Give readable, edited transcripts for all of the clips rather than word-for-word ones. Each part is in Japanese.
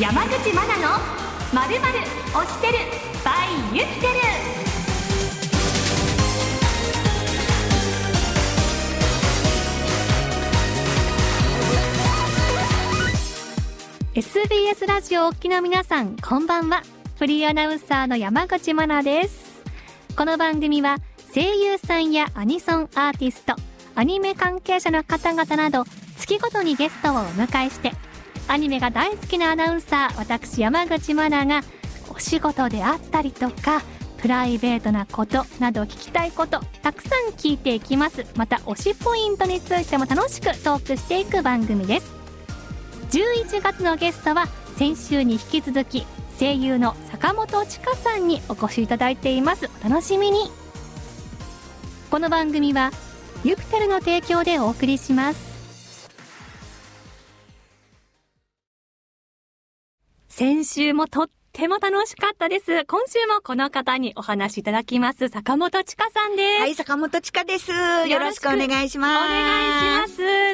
山口真奈の〇〇推してる by ユッテル。SBS ラジオお聞きの皆さん、こんばんは。フリーアナウンサーの山口真奈です。この番組は声優さんやアニソンアーティスト、アニメ関係者の方々など月ごとにゲストをお迎えして、アニメが大好きなアナウンサー私山口真奈がお仕事であったりとかプライベートなことなど聞きたいことたくさん聞いていきます。また推しポイントについても楽しくトークしていく番組です。11月のゲストは先週に引き続き声優の坂本千佳さんにお越しいただいています。お楽しみに。この番組はユプテルの提供でお送りします。先週もとっても楽しかったです。今週もこの方にお話しいただきます。坂本千佳さんです。 はい、坂本千佳です。よろしくお願いします。 お願いします。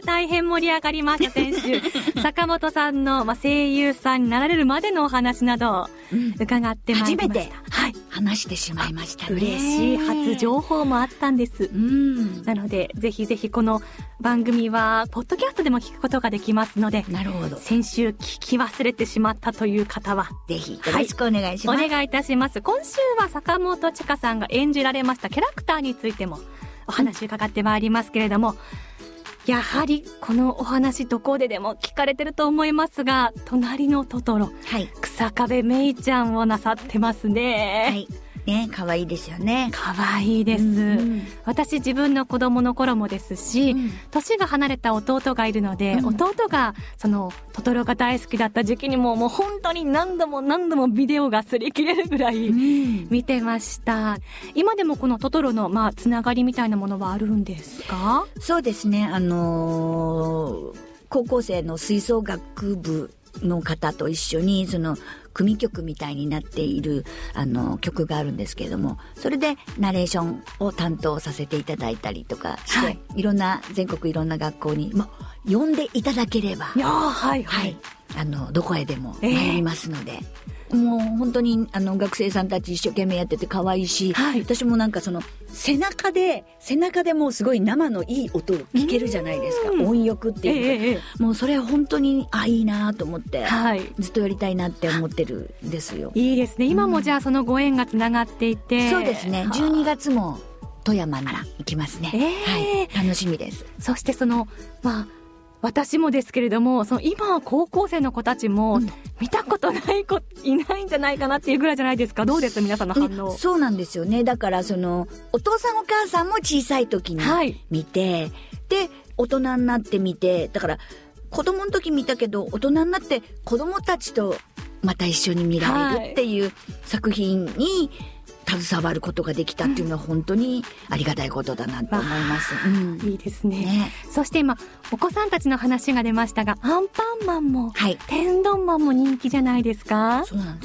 大変盛り上がりました、先週。坂本さんの、声優さんになられるまでのお話などを伺ってまいりました。初めて話してしまいましたね。 嬉しい初情報もあったんです。なので、ぜひぜひこの番組はポッドキャストでも聞くことができますので、 なるほど。 先週聞き忘れてしまったという方はぜひよろしくお願いします。 お願いいたします。今週は坂本千佳さんが演じられましたキャラクターについてもお話伺ってまいりますけれども、やはりこのお話どこででも聞かれてると思いますが、隣のトトロ、草壁めいちゃんをなさってますね。 はいね、可愛いですよね。 可愛いです、私自分の子供の頃もですし、年が離れた弟がいるので、弟がそのトトロが大好きだった時期にもう本当に何度もビデオが擦り切れるぐらい見てました、今でもこのトトロのつながりみたいなものはあるんですか？ そうですね、高校生の吹奏楽部の方と一緒にその組曲みたいになっている曲があるんですけれども、それでナレーションを担当させていただいたりとかして、いろんな全国いろんな学校に呼んでいただければ、どこへでも参りますので、もう本当に学生さんたち一生懸命やってて可愛いし、私もなんかその背中でもうすごい生のいい音を聞けるじゃないですか、音浴っていうか、もうそれ本当にいいなと思って、ずっとやりたいなって思ってるんですよ。 いいですね。今もじゃあそのご縁がつながっていて、 そうですね、12月も富山に行きますね、楽しみです。 そしてその私もですけれども、その今高校生の子たちも見たことない子いないんじゃないかなっていうぐらいじゃないですか。どうです皆さんの反応？ そうなんですよね。だからそのお父さんお母さんも小さい時に見て、で大人になって見て、だから子供の時見たけど大人になって子供たちとまた一緒に見られるっていう作品に携わることができたっていうのは本当にありがたいことだなと思います、 いいですね。そして今お子さんたちの話が出ましたが、アンパンマンも、天丼マンも人気じゃないですか？ そうなんです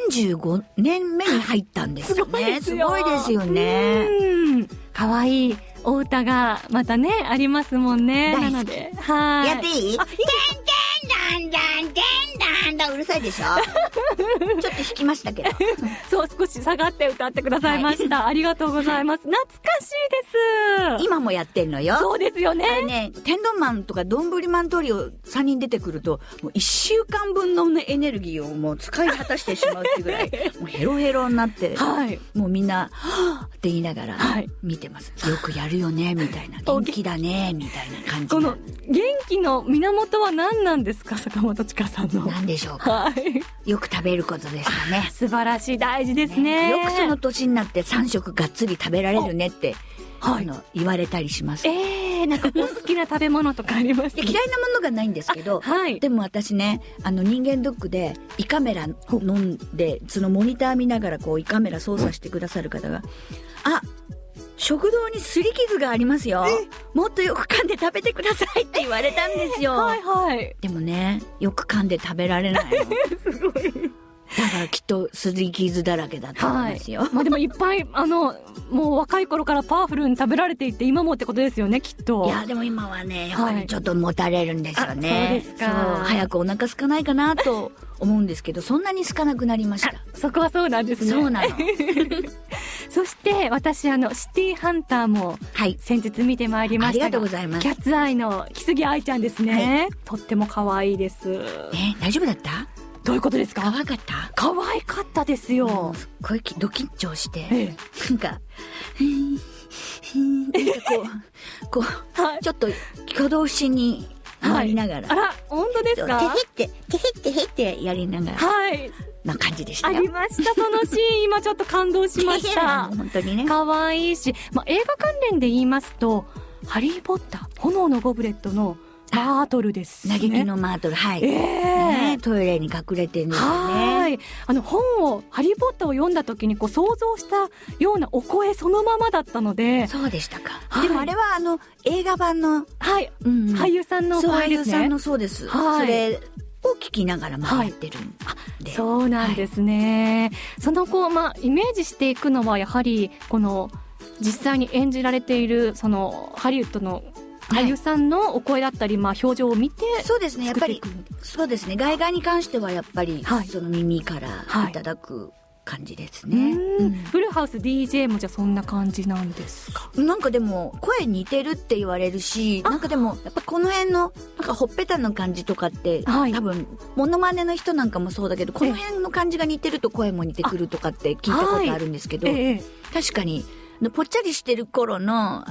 。35年目に入ったんですよね。 すごいですよね。可愛いお歌がまたねありますもんね。なのでやっていい？てんてんだんだんてんだんだん、うるさいでしょちょっと弾きましたけどそう、少し下がって歌ってくださいました、ありがとうございます。懐かしいです。 今もやってんのよ。 そうですよね。 あれね、天丼マンとかどんぶりマントリオ3人出てくるともう1週間分のエネルギーをもう使い果たしてしまうっていうぐらいもうヘロヘロになって、もうみんなはぁって言いながら見てます、よくやるよねみたいな、元気だねみたいな感じ。 この元気の源は何なんですか？坂本千佳さんの。 何でしょうか、よく食べることですかね。 素晴らしい、大事ですね。 よくその年になって3食がっつり食べられるねって言われたりします。 なんかお好きな食べ物とかあります？ 嫌いなものがないんですけど、でも私ね、人間ドックで胃カメラ飲んで、そのモニター見ながらこう胃カメラ操作してくださる方が、食道に擦り傷がありますよ、もっとよく噛んで食べてくださいって言われたんですよ。でもね、よく噛んで食べられないのすごいだからきっとすり傷だらけだと思いますよ、 まあでもいっぱいもう若い頃からパワフルに食べられていて今もってことですよね、きっと。 いやでも今はねやっぱりちょっともたれるんですよね、 そうですか。 そう早くお腹空かないかなと思うんですけどそんなに空かなくなりました。 そこはそうなんですね。 そうなのそして私シティハンターも先日見てまいりましたが、 ありがとうございます。 キャッツアイの木杉愛ちゃんですね、とっても可愛いです。 大丈夫だった？ どういうことですか？ 可愛かった？ 可愛かったですよ。 すっごいド緊張して、なんかこう、ちょっと挙動不審に回りながら、 あら本当ですか？ てへってやりながら、な感じでしたよ。 ありましたそのシーン今ちょっと感動しました本当にね可愛いし、映画関連で言いますとハリーポッター炎のゴブレットのマートルですね。 嘆きのマートル、トイレに隠れてるんですよね。 本をハリーポッターを読んだ時に想像したようなお声そのままだったので。 そうでしたか、でもあれは映画版の、 俳優さんのお声ですね。 俳優さんのそうです、それを聞きながら回ってるんで、 そうなんですね、そのイメージしていくのはやはりこの実際に演じられているそのハリウッドの俳優さんのお声だったり、表情を見てそうですね、やっぱりそうですね、外画に関してはやっぱり、その耳からいただく感じですね、 フルハウス DJ もじゃあそんな感じなんですか？ なんかでも声似てるって言われるし、なんかでもやっぱこの辺のなんかほっぺたの感じとかって、多分モノマネの人なんかもそうだけどこの辺の感じが似てると声も似てくるとかって聞いたことあるんですけど、確かにぽっちゃりしてる頃の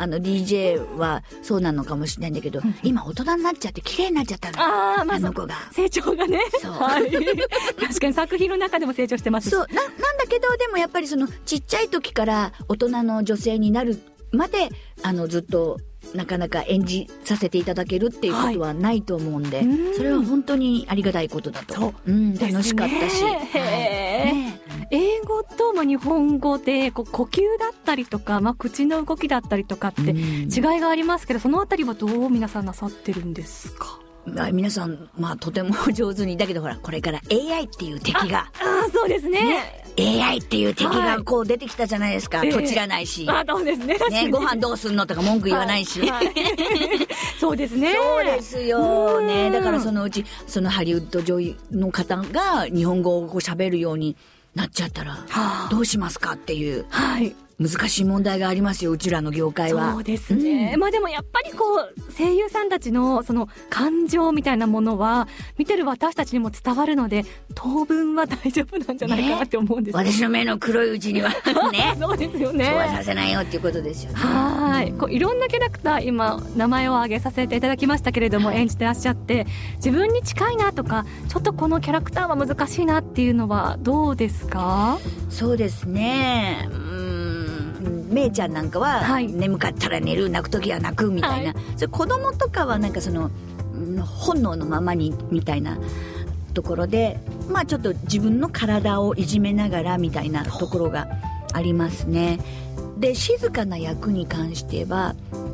DJ はそうなのかもしれないんだけど、今大人になっちゃって綺麗になっちゃったの、あの子が成長がね。そう、確かに作品の中でも成長してます。 そうなんだけど、でもやっぱりそのちっちゃい時から大人の女性になるまでずっとなかなか演じさせていただけるっていうことはないと思うんで、それは本当にありがたいことだと、楽しかったし、 英語と日本語で呼吸だったりとか、口の動きだったりとかって違いがありますけど、そのあたりはどう皆さんなさってるんですか？ 皆さんとても上手に、だけどほらこれから AI っていう敵がそうですね、 AI っていう敵が出てきたじゃないですか、とちらないし、 そうですね、 ご飯どうすんのとか文句言わないし、 そうですね、 そうですよね。だからそのうちそのハリウッド女優の方が日本語を喋るようになっちゃったらどうしますかっていう、難しい問題がありますよ、うちらの業界は。 そうですね、でもやっぱり声優さんたちのその感情みたいなものは見てる私たちにも伝わるので、当分は大丈夫なんじゃないかなって思うんです、 私の目の黒いうちにはねそうですよね、 そうはさせないよっていうことですよね。 いろんなキャラクター今名前を挙げさせていただきましたけれども、演じてらっしゃって自分に近いなとか、ちょっとこのキャラクターは難しいなっていうのはどうですか？ そうですね、めいちゃんなんかは、眠かったら寝る、泣くときは泣くみたいな、それ子供とかはなんかその本能のままにみたいなところで、ちょっと自分の体をいじめながらみたいなところがありますね。で、静かな役に関しては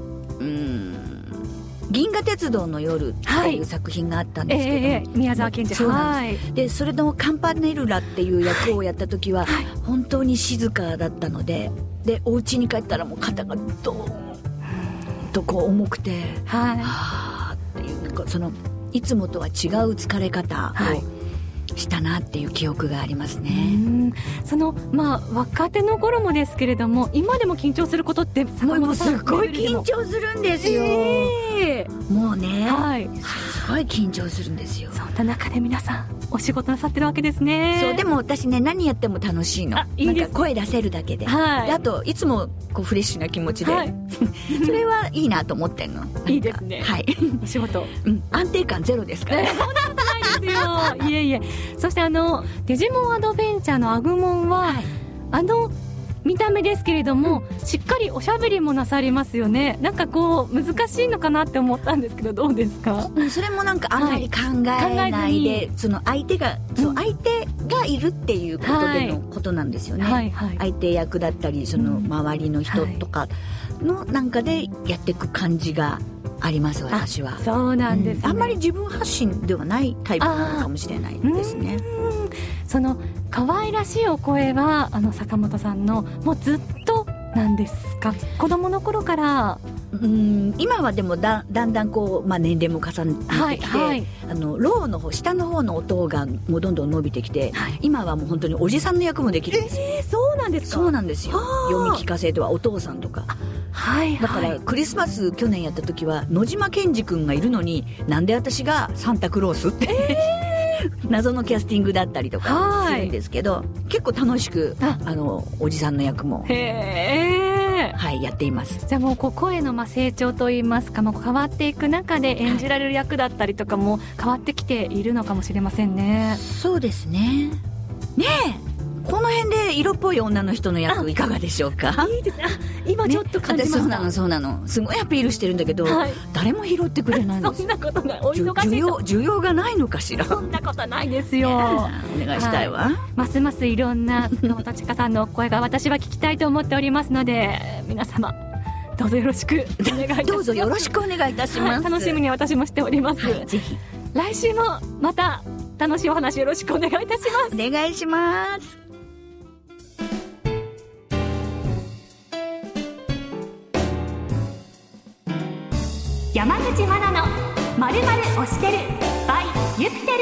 銀河鉄道の夜っていう作品があったんですけど、 宮沢賢治、 でそれのカンパネルラっていう役をやった時は本当に静かだったので、お家に帰ったらもう肩がドーンと重くて、っていうなんかそのいつもとは違う疲れ方をしたなっていう記憶がありますね。 その若手の頃もですけれども、今でも緊張することってもうすごい緊張するんですよ、もうね、すごい緊張するんですよ。 そんな中で皆さんお仕事なさってるわけですね。 そう、でも私ね、何やっても楽しいの。 いいです、 なんか声出せるだけで、であといつもフレッシュな気持ちで、それはいいなと思ってんの。 いいですね、お仕事、 安定感ゼロですから、 そんなことないですよいえいえ。そしてデジモンアドベンチャーのアグモンは、見た目ですけれどもしっかりおしゃべりもなさりますよね。なんか難しいのかなって思ったんですけど、どうですか？ それもなんかあんまり考えないで、その相手がいるっていうことでのことなんですよね、相手役だったりその周りの人とかのなんかでやっていく感じがあります私は。 そうなんですね、 あんまり自分発信ではないタイプなのかもしれないですね。 その可愛らしいお声は坂本さんのもうずっとなんですか？子供の頃から。 今はでもだんだんこう、年齢も重ねてきて、ローの方下の方の音がもうどんどん伸びてきて、今はもう本当におじさんの役もできるんですよ。 そうなんですか？ そうなんですよ。読み聞かせとはお父さんとか、だからクリスマス去年やった時は野島健二君がいるのになんで私がサンタクロースって、謎のキャスティングだったりとかするんですけど、結構楽しくおじさんの役もやっています。 じゃあもう声の成長といいますか、変わっていく中で演じられる役だったりとかも変わってきているのかもしれませんね。 そうですね。ねえ、この辺で色っぽい女の人の役いかがでしょうか？ いいですね。今ちょっと感じました、 そうなのすごいアピールしてるんだけど、誰も拾ってくれないんです。 そんなことない。お忙しいと需要がないのかしら。 そんなことないですよ。 お願いしたいわ。 ますますいろんな坂本千佳さんのお声が私は聞きたいと思っておりますので、皆様どうぞよろしくお願いいたします。 どうぞよろしくお願いいたします。 楽しみに私もしております。 ぜひ来週もまた楽しいお話よろしくお願いいたします。 お願いします。 山口まなの〇〇推してる by ユピテル。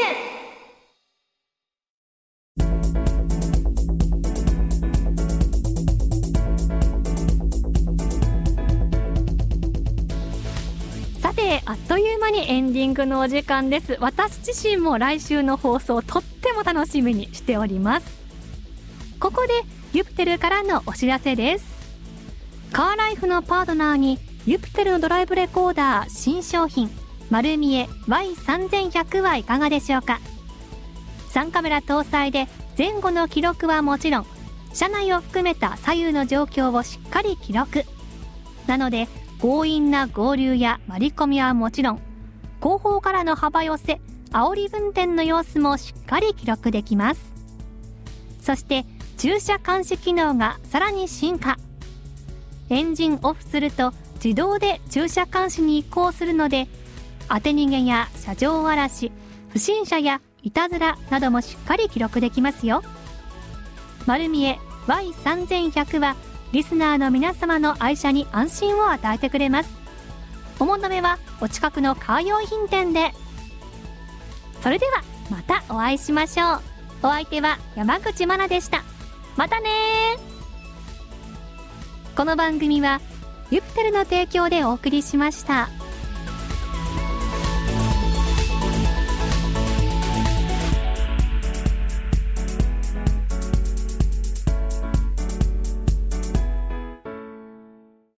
さて、あっという間にエンディングのお時間です。私自身も来週の放送をとっても楽しみにしております。ここでユピテルからのお知らせです。カーライフのパートナーにユピテルのドライブレコーダー新商品丸見え Y3100 はいかがでしょうか。3カメラ搭載で前後の記録はもちろん、車内を含めた左右の状況をしっかり記録。なので強引な合流や割り込みはもちろん、後方からの幅寄せ、煽り運転の様子もしっかり記録できます。そして駐車監視機能がさらに進化。エンジンオフすると自動で駐車監視に移行するので、当て逃げや車上荒らし、不審者やいたずらなどもしっかり記録できますよ。丸見え Y3100 はリスナーの皆様の愛車に安心を与えてくれます。お求めはお近くのカー用品店で。それではまたお会いしましょう。お相手は山口真奈でした。またねー。この番組はユピテルの提供でお送りしました。